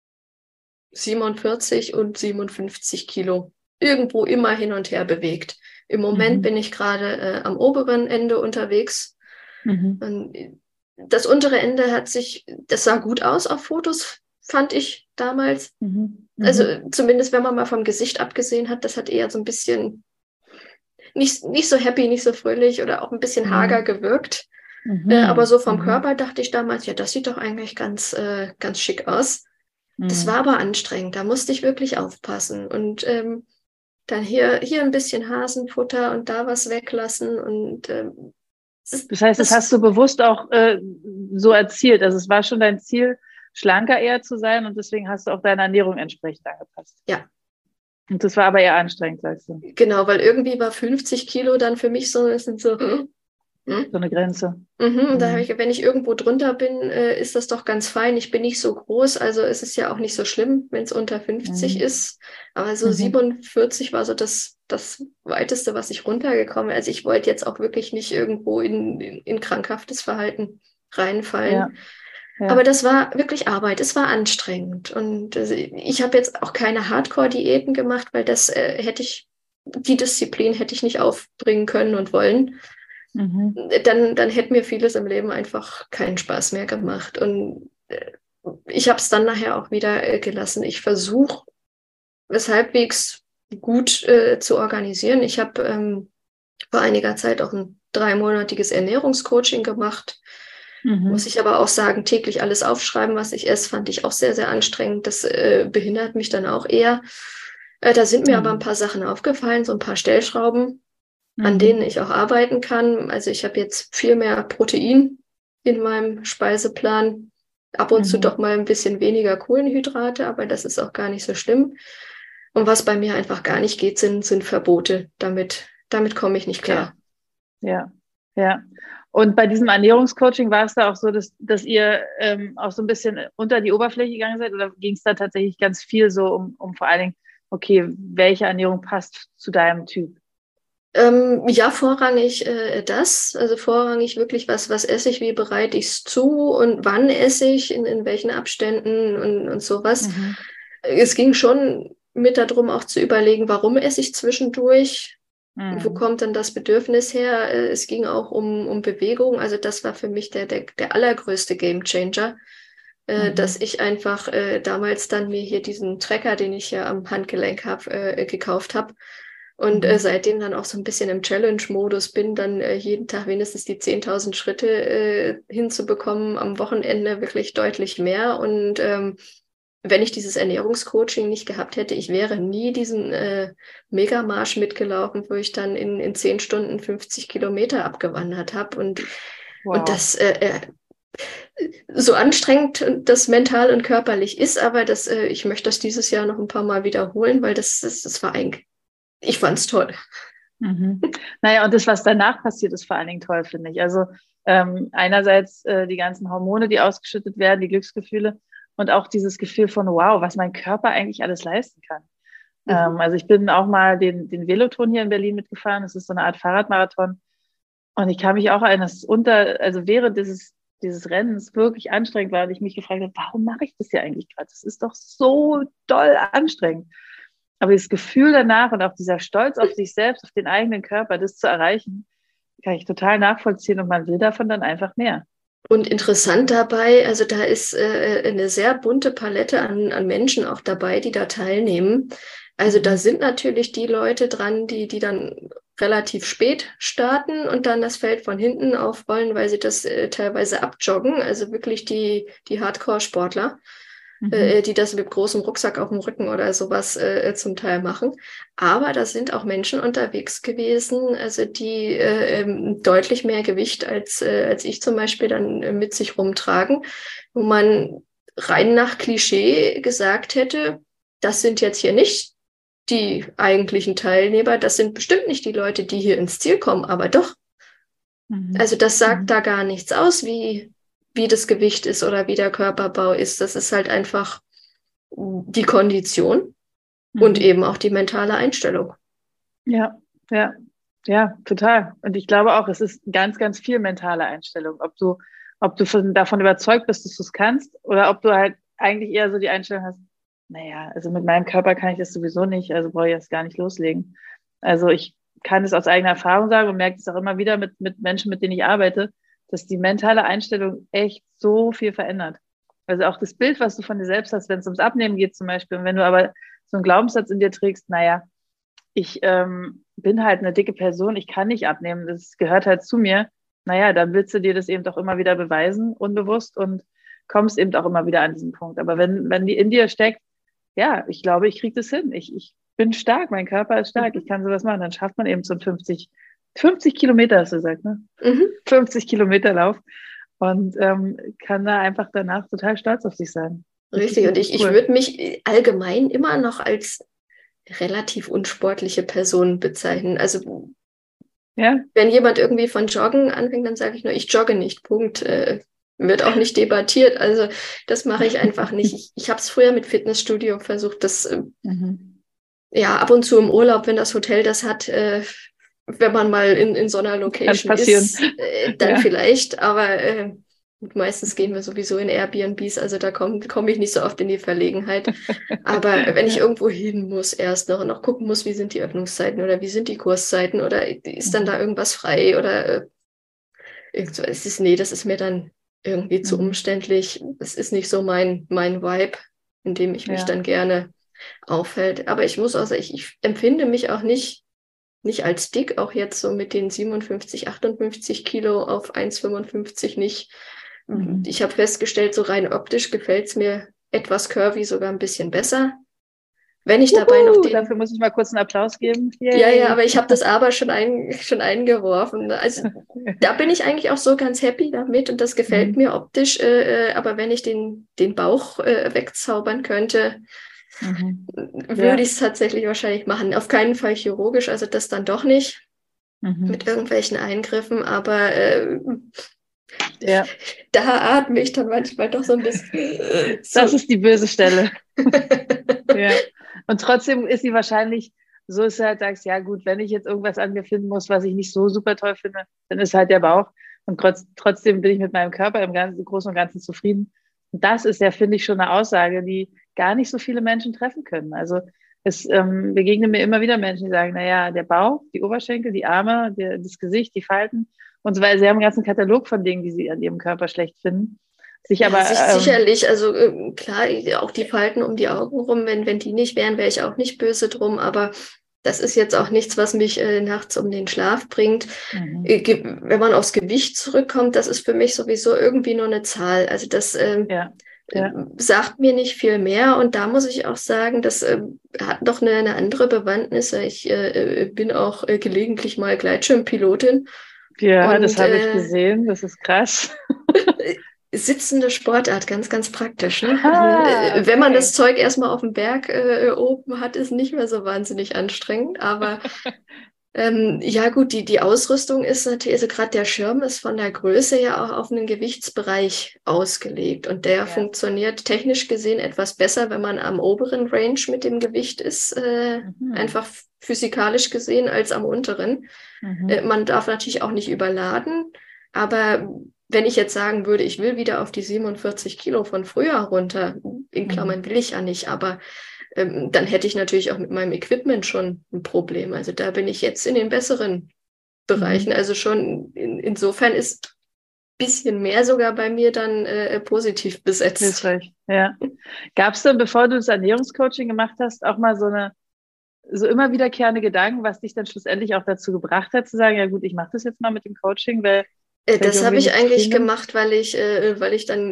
Speaker 2: 47 und 57 Kilo irgendwo immer hin und her bewegt. Im Moment bin
Speaker 1: Mhm.
Speaker 2: ich gerade am oberen Ende unterwegs.
Speaker 1: Mhm.
Speaker 2: Und das untere Ende das sah gut aus auf Fotos, fand ich damals.
Speaker 1: Mhm.
Speaker 2: Also
Speaker 1: Mhm.
Speaker 2: zumindest wenn man mal vom Gesicht abgesehen hat, das hat eher so ein bisschen nicht so happy, nicht so fröhlich oder auch ein bisschen hager
Speaker 1: Mhm.
Speaker 2: gewirkt. Aber
Speaker 1: Mhm.
Speaker 2: so vom
Speaker 1: Mhm.
Speaker 2: Körper dachte ich damals, ja, das sieht doch eigentlich ganz schick aus. Das war
Speaker 1: Mhm.
Speaker 2: aber anstrengend, da musste ich wirklich aufpassen. Und dann hier ein bisschen Hasenfutter und da was weglassen. Und
Speaker 1: Das heißt, das hast
Speaker 2: das,
Speaker 1: du bewusst auch so erzielt. Also es war schon dein Ziel, schlanker eher zu sein und deswegen hast du auch deine Ernährung entsprechend angepasst.
Speaker 2: ja,
Speaker 1: Und das war aber eher anstrengend, sagst du.
Speaker 2: genau, weil irgendwie war 50 Kilo dann für mich so, es sind so,
Speaker 1: So
Speaker 2: hm?
Speaker 1: eine Grenze.
Speaker 2: Und da habe ich,
Speaker 1: Mhm.
Speaker 2: wenn ich irgendwo drunter bin, ist das doch ganz fein. Ich bin nicht so groß, also ist es ja auch nicht so schlimm, wenn es unter 50
Speaker 1: Mhm.
Speaker 2: ist. Aber so
Speaker 1: Mhm.
Speaker 2: 47 war so das Weiteste, was ich runtergekommen bin. Also ich wollte jetzt auch wirklich nicht irgendwo in krankhaftes Verhalten
Speaker 1: Ja,
Speaker 2: reinfallen. Aber
Speaker 1: ja.
Speaker 2: das war wirklich Arbeit, es war anstrengend. Und ich habe jetzt auch keine Hardcore-Diäten gemacht, weil die Disziplin hätte ich nicht aufbringen können und wollen.
Speaker 1: Mhm.
Speaker 2: Dann hätte mir vieles im Leben einfach keinen Spaß mehr gemacht. Und ich habe es dann nachher auch wieder gelassen. Ich versuche es halbwegs gut zu organisieren. Ich habe vor einiger Zeit auch ein 3-monatiges Ernährungscoaching gemacht. Muss
Speaker 1: Mhm.
Speaker 2: ich aber auch sagen, täglich alles aufschreiben, was ich esse, fand ich auch sehr, sehr anstrengend. Das behindert mich dann auch eher. Da sind mir aber ein
Speaker 1: Mhm.
Speaker 2: paar Sachen aufgefallen, so ein paar Stellschrauben, an denen
Speaker 1: Mhm.
Speaker 2: ich auch arbeiten kann. Also ich habe jetzt viel mehr Protein in meinem Speiseplan. Ab und zu doch
Speaker 1: Mhm.
Speaker 2: mal ein bisschen weniger Kohlenhydrate, aber das ist auch gar nicht so schlimm. Und was bei mir einfach gar nicht geht, sind Verbote. Damit damit komme ich nicht klar.
Speaker 1: Ja, ja. Und bei diesem Ernährungscoaching war es da auch so, dass ihr auch so ein bisschen unter die Oberfläche gegangen seid oder ging es da tatsächlich ganz viel so um vor allen Dingen, okay, welche Ernährung passt zu deinem Typ?
Speaker 2: Ja, vorrangig also vorrangig wirklich, was esse ich, wie bereite ich es zu und wann esse ich, in welchen Abständen und sowas.
Speaker 1: Mhm.
Speaker 2: Es ging schon mit darum, auch zu überlegen, warum esse ich zwischendurch, wo
Speaker 1: Mhm.
Speaker 2: kommt denn das Bedürfnis her? Es ging auch um Bewegung, also das war für mich der allergrößte Gamechanger, dass
Speaker 1: Mhm.
Speaker 2: ich einfach damals dann mir hier diesen Tracker, den ich hier am Handgelenk habe, gekauft habe. Und
Speaker 1: Mhm.
Speaker 2: seitdem dann auch so ein bisschen im Challenge-Modus bin, dann jeden Tag wenigstens die 10.000 Schritte hinzubekommen, am Wochenende wirklich deutlich mehr. Und wenn ich dieses Ernährungscoaching nicht gehabt hätte, ich wäre nie diesen Megamarsch mitgelaufen, wo ich dann in 10 Stunden 50 Kilometer abgewandert habe. Und
Speaker 1: Wow.
Speaker 2: das so anstrengend das mental und körperlich ist, aber ich möchte das dieses Jahr noch ein paar Mal wiederholen, weil das war eigentlich, ich fand es toll.
Speaker 1: Mhm. Naja, und das, was danach passiert, ist vor allen Dingen toll, finde ich. Also einerseits die ganzen Hormone, die ausgeschüttet werden, die Glücksgefühle und auch dieses Gefühl von, wow, was mein Körper eigentlich alles leisten kann.
Speaker 2: Mhm.
Speaker 1: Also ich bin auch mal den Veloton hier in Berlin mitgefahren. Das ist so eine Art Fahrradmarathon. Und ich kann mich auch erinnern, dass es also während dieses Rennens wirklich anstrengend war und ich mich gefragt habe, warum mache ich das hier eigentlich gerade? Das ist doch so doll anstrengend. Aber das Gefühl danach und auch dieser Stolz auf sich selbst, auf den eigenen Körper, das zu erreichen, kann ich total nachvollziehen und man will davon dann einfach mehr.
Speaker 2: Und interessant dabei, also da ist eine sehr bunte Palette an Menschen auch dabei, die da teilnehmen. Also da
Speaker 1: Mhm.
Speaker 2: sind natürlich die Leute dran, die dann relativ spät starten und dann das Feld von hinten aufrollen, weil sie das teilweise abjoggen. Also wirklich die Hardcore-Sportler,
Speaker 1: Mhm.
Speaker 2: die das mit großem Rucksack auf dem Rücken oder sowas zum Teil machen. Aber da sind auch Menschen unterwegs gewesen, also die deutlich mehr Gewicht als ich zum Beispiel dann mit sich rumtragen, wo man rein nach Klischee gesagt hätte, das sind jetzt hier nicht die eigentlichen Teilnehmer, das sind bestimmt nicht die Leute, die hier ins Ziel kommen, aber doch.
Speaker 1: Mhm.
Speaker 2: Also das sagt
Speaker 1: Mhm.
Speaker 2: da gar nichts aus, wie das Gewicht ist oder wie der Körperbau ist. Das ist halt einfach die Kondition und
Speaker 1: Mhm.
Speaker 2: eben auch die mentale Einstellung.
Speaker 1: Ja, ja, ja, total. Und ich glaube auch, es ist ganz, ganz viel mentale Einstellung. Ob du davon überzeugt bist, dass du es kannst, oder ob du halt eigentlich eher so die Einstellung hast, naja, also mit meinem Körper kann ich das sowieso nicht, also brauche ich das gar nicht loslegen. Also ich kann es aus eigener Erfahrung sagen und merke es auch immer wieder mit Menschen, mit denen ich arbeite, dass die mentale Einstellung echt so viel verändert. Also auch das Bild, was du von dir selbst hast, wenn es ums Abnehmen geht zum Beispiel, und wenn du aber so einen Glaubenssatz in dir trägst, naja, ich bin halt eine dicke Person, ich kann nicht abnehmen, das gehört halt zu mir. Naja, dann willst du dir das eben doch immer wieder beweisen, unbewusst, und kommst eben auch immer wieder an diesen Punkt. Aber wenn die in dir steckt, ja, ich glaube, ich kriege das hin. Ich bin stark, mein Körper ist stark, ich
Speaker 2: Mhm.
Speaker 1: kann sowas machen. Dann schafft man eben so einen 50 Kilometer, hast du gesagt, ne?
Speaker 2: Mhm.
Speaker 1: 50 Kilometer Lauf und kann da einfach danach total stolz auf sich sein. Richtig,
Speaker 2: Richtig. Und
Speaker 1: richtig
Speaker 2: ich
Speaker 1: cool.
Speaker 2: würde mich allgemein immer noch als relativ unsportliche Person bezeichnen. Also
Speaker 1: Ja,
Speaker 2: wenn jemand irgendwie von Joggen anfängt, dann sage ich nur, ich jogge nicht. Punkt. Wird auch nicht debattiert. Also das mache ich einfach nicht. Ich habe es früher mit Fitnessstudio versucht, das
Speaker 1: mhm.
Speaker 2: ja ab und zu im Urlaub, wenn das Hotel das hat, wenn man mal in so einer
Speaker 1: Kann
Speaker 2: Location
Speaker 1: passieren.
Speaker 2: ist, dann
Speaker 1: Ja.
Speaker 2: vielleicht. Aber meistens gehen wir sowieso in Airbnbs, also da komm ich nicht so oft in die Verlegenheit. Aber wenn ich
Speaker 1: Ja.
Speaker 2: irgendwo hin muss erst noch und noch gucken muss, wie sind die Öffnungszeiten oder wie sind die Kurszeiten oder ist dann da
Speaker 1: Mhm.
Speaker 2: irgendwas frei oder irgend so, nee, das ist mir dann irgendwie zu
Speaker 1: Mhm.
Speaker 2: umständlich. Es ist nicht so mein Vibe, in dem ich mich
Speaker 1: Ja.
Speaker 2: dann gerne aufhält. Aber ich muss auch sagen, ich empfinde mich auch nicht als dick, auch jetzt so mit den 57, 58 Kilo auf 1,55 nicht.
Speaker 1: Mhm.
Speaker 2: Ich habe festgestellt, so rein optisch gefällt es mir etwas curvy sogar ein bisschen besser. Wenn ich dabei noch
Speaker 1: Wuhu, dafür
Speaker 2: den,
Speaker 1: muss ich mal kurz einen Applaus geben.
Speaker 2: ja,
Speaker 1: Yay.
Speaker 2: aber ich habe das aber schon eingeworfen. Also da bin ich eigentlich auch so ganz happy damit und das gefällt
Speaker 1: Mhm.
Speaker 2: mir optisch. Aber wenn ich den Bauch wegzaubern könnte,
Speaker 1: Mhm.
Speaker 2: würde
Speaker 1: Ja.
Speaker 2: ich es tatsächlich wahrscheinlich machen. Auf keinen Fall chirurgisch, also das dann doch nicht. mit irgendwelchen Eingriffen, aber
Speaker 1: Ja,
Speaker 2: da atme ich dann manchmal doch so ein bisschen
Speaker 1: das
Speaker 2: so.
Speaker 1: ist die böse Stelle. Ja. Und trotzdem ist sie wahrscheinlich, so ist halt, sagst, ja gut, wenn ich jetzt irgendwas an mir finden muss, was ich nicht so super toll finde, dann ist halt der Bauch. Und trotzdem bin ich mit meinem Körper im Großen und Ganzen zufrieden. Und das ist ja, finde ich, schon eine Aussage, die gar nicht so viele Menschen treffen können. Also es begegnen mir immer wieder Menschen, die sagen, naja, der Bauch, die Oberschenkel, die Arme, das Gesicht, die Falten und so weiter. Sie haben einen ganzen Katalog von Dingen, die sie an ihrem Körper schlecht finden. Sich
Speaker 2: Ja,
Speaker 1: aber,
Speaker 2: sicherlich, also klar, auch die Falten um die Augen rum, wenn die nicht wären, wäre ich auch nicht böse drum, aber das ist jetzt auch nichts, was mich nachts um den Schlaf bringt. Wenn man aufs Gewicht zurückkommt, das ist für mich sowieso irgendwie nur eine Zahl. Also das
Speaker 1: ja, ja.
Speaker 2: sagt mir nicht viel mehr und da muss ich auch sagen, das hat doch eine andere Bewandtnis. Ich bin auch gelegentlich mal Gleitschirmpilotin.
Speaker 1: Ja, das
Speaker 2: Und
Speaker 1: habe ich gesehen. Das ist krass.
Speaker 2: sitzende Sportart, ganz, ganz praktisch. Ne?
Speaker 1: Ah,
Speaker 2: Wenn man das
Speaker 1: okay.
Speaker 2: Zeug erstmal auf dem Berg oben hat, ist nicht mehr so wahnsinnig anstrengend. Aber ja gut, die Ausrüstung ist natürlich, also gerade der Schirm ist von der Größe ja auch auf einen Gewichtsbereich ausgelegt. Und der
Speaker 1: Ja.
Speaker 2: funktioniert technisch gesehen etwas besser, wenn man am oberen Range mit dem Gewicht ist, einfach physikalisch gesehen, als am unteren. Man darf natürlich auch nicht überladen, aber wenn ich jetzt sagen würde, ich will wieder auf die 47 Kilo von früher runter, in Klammern will ich ja nicht, aber dann hätte ich natürlich auch mit meinem Equipment schon ein Problem. Also da bin ich jetzt in den besseren Bereichen. Also schon insofern ist ein bisschen mehr sogar bei mir dann positiv besetzt.
Speaker 1: Hilfreich, ja. Gab es denn, bevor du das Ernährungscoaching gemacht hast, auch mal so immer wiederkehrende Gedanken, was dich dann schlussendlich auch dazu gebracht hat, zu sagen, ja gut, ich mache das jetzt mal mit dem Coaching, weil
Speaker 2: Das habe ich
Speaker 1: nichts
Speaker 2: eigentlich
Speaker 1: finde?
Speaker 2: gemacht, weil ich dann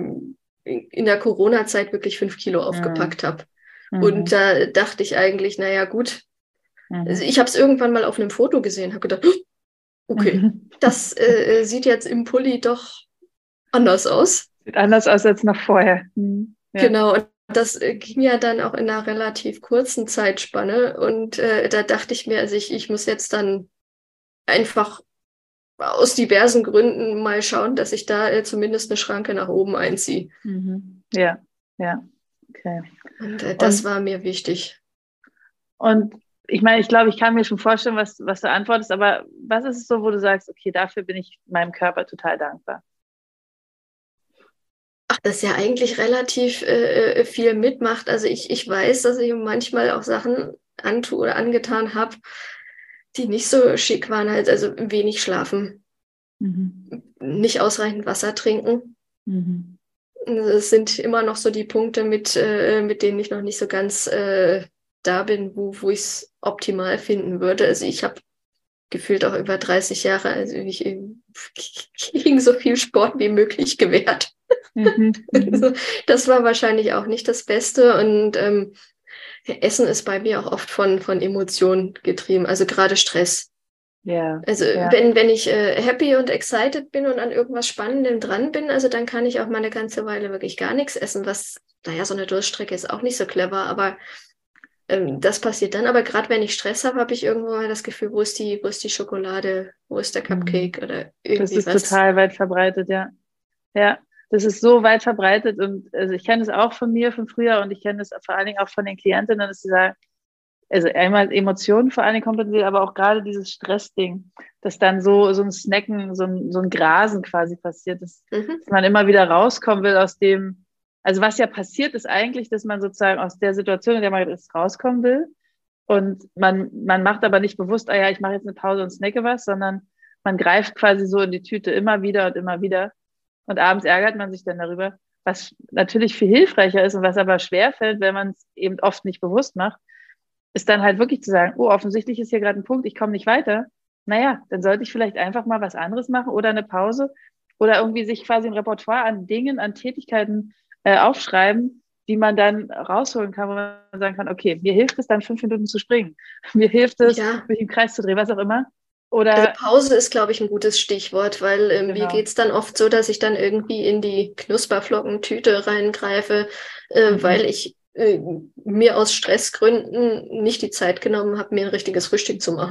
Speaker 2: in der Corona-Zeit wirklich 5 Kilo aufgepackt habe. Und da dachte ich eigentlich, naja gut, also ich habe es irgendwann mal auf einem Foto gesehen, habe gedacht, okay, das sieht jetzt im Pulli doch anders aus.
Speaker 1: Sieht anders aus als noch vorher. Ja.
Speaker 2: Genau, und das ging ja dann auch in einer relativ kurzen Zeitspanne. Und da dachte ich mir, also ich muss jetzt dann einfach aus diversen Gründen mal schauen, dass ich da zumindest eine Schranke nach oben einziehe.
Speaker 1: Ja, ja, okay.
Speaker 2: Und das war mir wichtig.
Speaker 1: Und ich meine, ich glaube, ich kann mir schon vorstellen, was du antwortest, aber was ist es so, wo du sagst, okay, dafür bin ich meinem Körper total dankbar?
Speaker 2: Ach, das ja eigentlich relativ viel mitmacht. Also ich weiß, dass ich manchmal auch Sachen antue oder angetan habe, die nicht so schick waren, halt, also wenig schlafen, nicht ausreichend Wasser trinken. Das sind immer noch so die Punkte, mit denen ich noch nicht so ganz da bin, wo ich es optimal finden würde. Also ich habe gefühlt auch über 30 Jahre, also ich gegen so viel Sport wie möglich gewehrt. Also, das war wahrscheinlich auch nicht das Beste und Essen ist bei mir auch oft von Emotionen getrieben, also gerade Stress.
Speaker 1: Ja.
Speaker 2: Also
Speaker 1: ja.
Speaker 2: wenn ich happy und excited bin und an irgendwas Spannendem dran bin, also dann kann ich auch mal eine ganze Weile wirklich gar nichts essen, was, naja, so eine Durststrecke ist auch nicht so clever, aber das passiert dann. Aber gerade wenn ich Stress habe, habe ich irgendwo mal das Gefühl, wo ist die Schokolade, wo ist der Cupcake oder irgendwie
Speaker 1: das ist
Speaker 2: was.
Speaker 1: total weit verbreitet, ja. Ja, das ist so weit verbreitet und also ich kenne es auch von mir von früher und ich kenne es vor allen Dingen auch von den Klientinnen, dass sie sagen, also einmal Emotionen vor allen Dingen kompensiert, aber auch gerade dieses Stressding, dass dann so ein Snacken, so ein Grasen quasi passiert, dass man immer wieder rauskommen will aus dem, also was ja passiert ist eigentlich, dass man sozusagen aus der Situation, in der man jetzt rauskommen will und man macht aber nicht bewusst, ah ja, ich mache jetzt eine Pause und snacke was, sondern man greift quasi so in die Tüte immer wieder und immer wieder und abends ärgert man sich dann darüber, was natürlich viel hilfreicher ist und was aber schwerfällt, wenn man es eben oft nicht bewusst macht, ist dann halt wirklich zu sagen, oh, offensichtlich ist hier gerade ein Punkt, ich komme nicht weiter. Naja, dann sollte ich vielleicht einfach mal was anderes machen oder eine Pause oder irgendwie sich quasi ein Repertoire an Dingen, an Tätigkeiten aufschreiben, die man dann rausholen kann, wo man sagen kann, okay, mir hilft es dann 5 Minuten zu springen. Mir hilft es, mich im Kreis zu drehen, was auch immer. Oder
Speaker 2: also Pause ist, glaube ich, ein gutes Stichwort, weil mir geht es dann oft so, dass ich dann irgendwie in die Knusperflockentüte reingreife, weil ich mir aus Stressgründen nicht die Zeit genommen habe, mir ein richtiges Frühstück zu machen.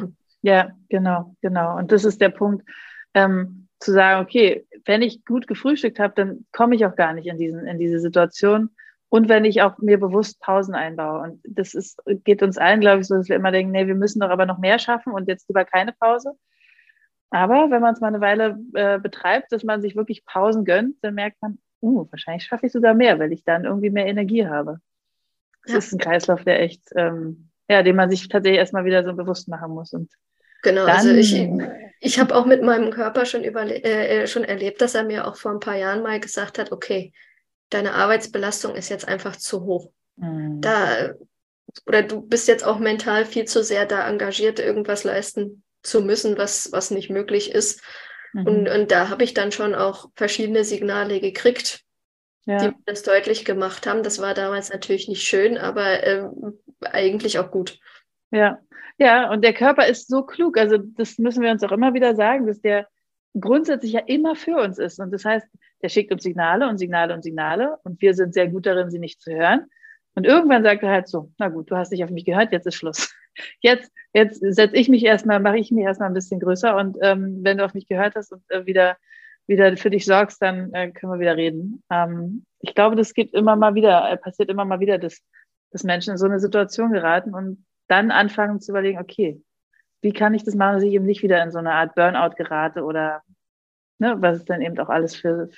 Speaker 1: Ja, genau, genau. Und das ist der Punkt, zu sagen, okay, wenn ich gut gefrühstückt habe, dann komme ich auch gar nicht in diese Situation. Und wenn ich auch mir bewusst Pausen einbaue. Und geht uns allen, glaube ich, so, dass wir immer denken, nee, wir müssen doch aber noch mehr schaffen und jetzt lieber keine Pause. Aber wenn man es mal eine Weile betreibt, dass man sich wirklich Pausen gönnt, dann merkt man, wahrscheinlich schaffe ich sogar mehr, weil ich dann irgendwie mehr Energie habe. Es
Speaker 2: Ja,
Speaker 1: ist ein Kreislauf, der echt, den man sich tatsächlich erstmal wieder so bewusst machen muss. Und
Speaker 2: genau. Also
Speaker 1: dann,
Speaker 2: ich habe auch mit meinem Körper schon erlebt, dass er mir auch vor ein paar Jahren mal gesagt hat, okay, deine Arbeitsbelastung ist jetzt einfach zu hoch.
Speaker 1: mm,
Speaker 2: Da, oder du bist jetzt auch mental viel zu sehr da engagiert, irgendwas leisten zu müssen, was nicht möglich ist.
Speaker 1: mhm,
Speaker 2: Und da habe ich dann schon auch verschiedene Signale gekriegt, die mir
Speaker 1: ja,
Speaker 2: das deutlich gemacht haben. Das war damals natürlich nicht schön, aber eigentlich auch gut.
Speaker 1: ja, ja, und der Körper ist so klug, also das müssen wir uns auch immer wieder sagen, dass der grundsätzlich ja immer für uns ist. Und das heißt, der schickt uns Signale und Signale und Signale und wir sind sehr gut darin, sie nicht zu hören. Und irgendwann sagt er halt so, na gut, du hast nicht auf mich gehört, jetzt ist Schluss. Jetzt setze ich mich erstmal, mache ich mich erstmal ein bisschen größer und wenn du auf mich gehört hast und wieder für dich sorgst, dann können wir wieder reden. Ich glaube, das gibt immer mal wieder, passiert immer mal wieder, dass Menschen in so eine Situation geraten und dann anfangen zu überlegen, okay, wie kann ich das machen, dass ich eben nicht wieder in so eine Art Burnout gerate oder ne, was es dann eben auch alles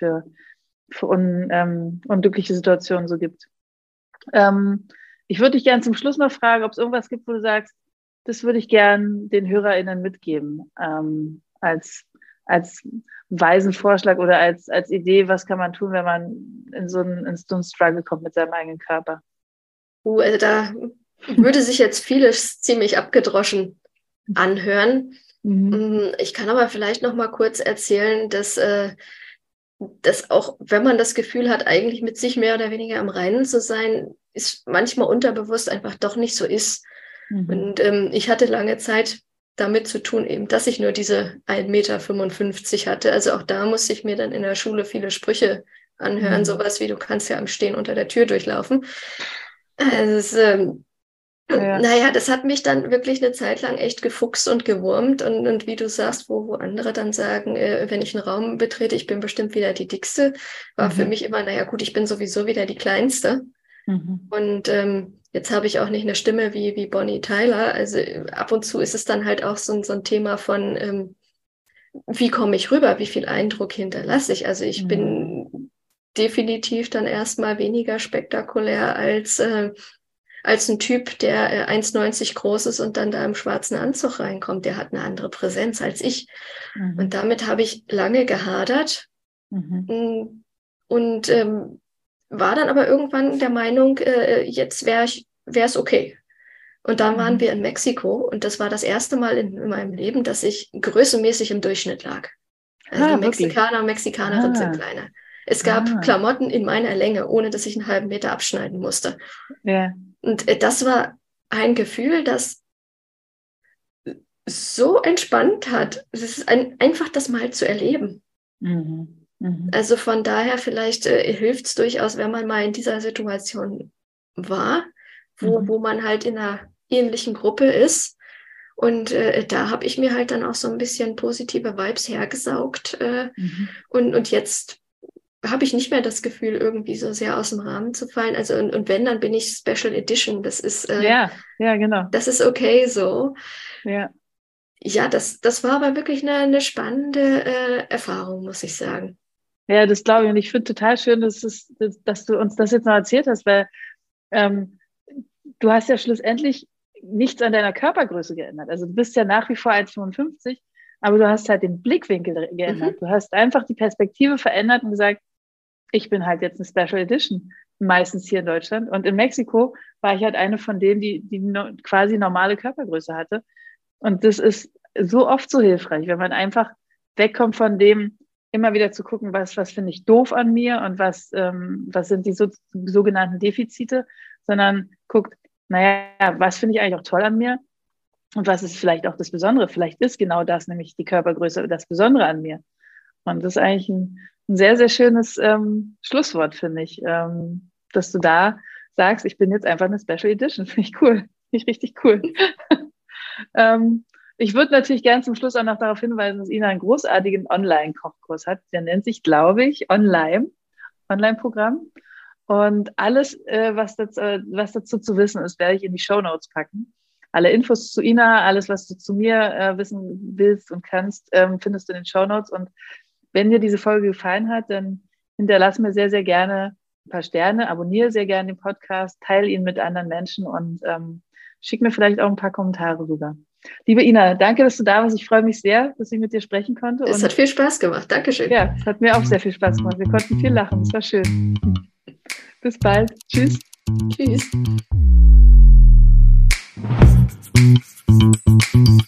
Speaker 1: für unglückliche Situationen so gibt. Ähm, Ich würde dich gerne zum Schluss noch fragen, ob es irgendwas gibt, wo du sagst, das würde ich gern den HörerInnen mitgeben, als weisen Vorschlag oder als Idee, was kann man tun, wenn man in so einen Struggle kommt mit seinem eigenen Körper.
Speaker 2: Also da würde sich jetzt vieles ziemlich abgedroschen anhören.
Speaker 1: Mhm.
Speaker 2: Ich kann aber vielleicht noch mal kurz erzählen, dass auch, wenn man das Gefühl hat, eigentlich mit sich mehr oder weniger am Reinen zu sein, ist manchmal unterbewusst einfach doch nicht so ist.
Speaker 1: Mhm.
Speaker 2: Und ich hatte lange Zeit damit zu tun, eben, dass ich nur diese 1,55 Meter hatte. Also auch da musste ich mir dann in der Schule viele Sprüche anhören,
Speaker 1: Mhm.
Speaker 2: sowas wie, du kannst ja im Stehen unter der Tür durchlaufen. Also
Speaker 1: Ja.
Speaker 2: naja, das hat mich dann wirklich eine Zeit lang echt gefuchst und gewurmt. Und wie du sagst, wo andere dann sagen, wenn ich einen Raum betrete, ich bin bestimmt wieder die Dickste, war für
Speaker 1: Mhm.
Speaker 2: mich immer, naja gut, ich bin sowieso wieder die Kleinste.
Speaker 1: Mhm.
Speaker 2: Und jetzt habe ich auch nicht eine Stimme wie Bonnie Tyler. Also ab und zu ist es dann halt auch so ein Thema von, wie komme ich rüber, wie viel Eindruck hinterlasse ich. Also ich
Speaker 1: Mhm.
Speaker 2: bin definitiv dann erstmal weniger spektakulär als ein Typ, der 1,90 groß ist und dann da im schwarzen Anzug reinkommt. Der hat eine andere Präsenz als ich. Und
Speaker 1: Mhm.
Speaker 2: damit habe ich lange gehadert
Speaker 1: Mhm.
Speaker 2: mh, und war dann aber irgendwann der Meinung, jetzt wäre es okay. Und dann waren
Speaker 1: Mhm.
Speaker 2: wir in Mexiko und das war das erste Mal in meinem Leben, dass ich größenmäßig im Durchschnitt lag. Also
Speaker 1: Ah, wirklich.
Speaker 2: Mexikaner und Mexikanerinnen sind
Speaker 1: Ah,
Speaker 2: kleiner. Es gab
Speaker 1: ah,
Speaker 2: Klamotten in meiner Länge, ohne dass ich einen halben Meter abschneiden musste.
Speaker 1: ja.
Speaker 2: Und das war ein Gefühl, das so entspannt hat. Es ist einfach das mal zu erleben.
Speaker 1: Mhm. Mhm.
Speaker 2: Also von daher vielleicht hilft es durchaus, wenn man mal in dieser Situation war, wo
Speaker 1: Mhm.
Speaker 2: man halt in einer ähnlichen Gruppe ist. Und da habe ich mir halt dann auch so ein bisschen positive Vibes hergesaugt.
Speaker 1: Mhm.
Speaker 2: Und jetzt habe ich nicht mehr das Gefühl, irgendwie so sehr aus dem Rahmen zu fallen. Also und wenn, dann bin ich Special Edition.
Speaker 1: Ja, ja, genau.
Speaker 2: Das ist okay so.
Speaker 1: Ja.
Speaker 2: Ja, das war aber wirklich eine spannende Erfahrung, muss ich sagen.
Speaker 1: Ja, das glaube ich. Und ich finde total schön, dass du uns das jetzt noch erzählt hast, weil ähm, du hast ja schlussendlich nichts an deiner Körpergröße geändert. Also du bist ja nach wie vor 1,55, aber du hast halt den Blickwinkel geändert.
Speaker 2: Mhm.
Speaker 1: Du hast einfach die Perspektive verändert und gesagt, ich bin halt jetzt eine Special Edition, meistens hier in Deutschland. Und in Mexiko war ich halt eine von denen, die quasi normale Körpergröße hatte. Und das ist so oft so hilfreich, wenn man einfach wegkommt von dem, immer wieder zu gucken, was finde ich doof an mir und was sind die sogenannten Defizite, sondern guckt, naja, was finde ich eigentlich auch toll an mir und was ist vielleicht auch das Besondere? Vielleicht ist genau das, nämlich die Körpergröße, das Besondere an mir. Und das ist eigentlich ein sehr, sehr schönes Schlusswort, finde ich, dass du da sagst, ich bin jetzt einfach eine Special Edition. Finde ich cool. Finde ich richtig cool. Ähm, Ich würde natürlich gerne zum Schluss auch noch darauf hinweisen, dass Ina einen großartigen Online-Kochkurs hat. Der nennt sich, glaube ich, Online-Programm. Und alles, was dazu zu wissen ist, werde ich in die Shownotes packen. Alle Infos zu Ina, alles, was du zu mir wissen willst und kannst, findest du in den Shownotes. Und wenn dir diese Folge gefallen hat, dann hinterlass mir sehr, sehr gerne ein paar Sterne, abonniere sehr gerne den Podcast, teile ihn mit anderen Menschen und schick mir vielleicht auch ein paar Kommentare rüber. Liebe Ina, danke, dass du da warst. Ich freue mich sehr, dass ich mit dir sprechen konnte.
Speaker 2: Es hat viel Spaß gemacht. Dankeschön.
Speaker 1: Ja, es hat mir auch sehr viel Spaß gemacht. Wir konnten viel lachen. Es war schön. Bis bald. Tschüss.
Speaker 2: Tschüss.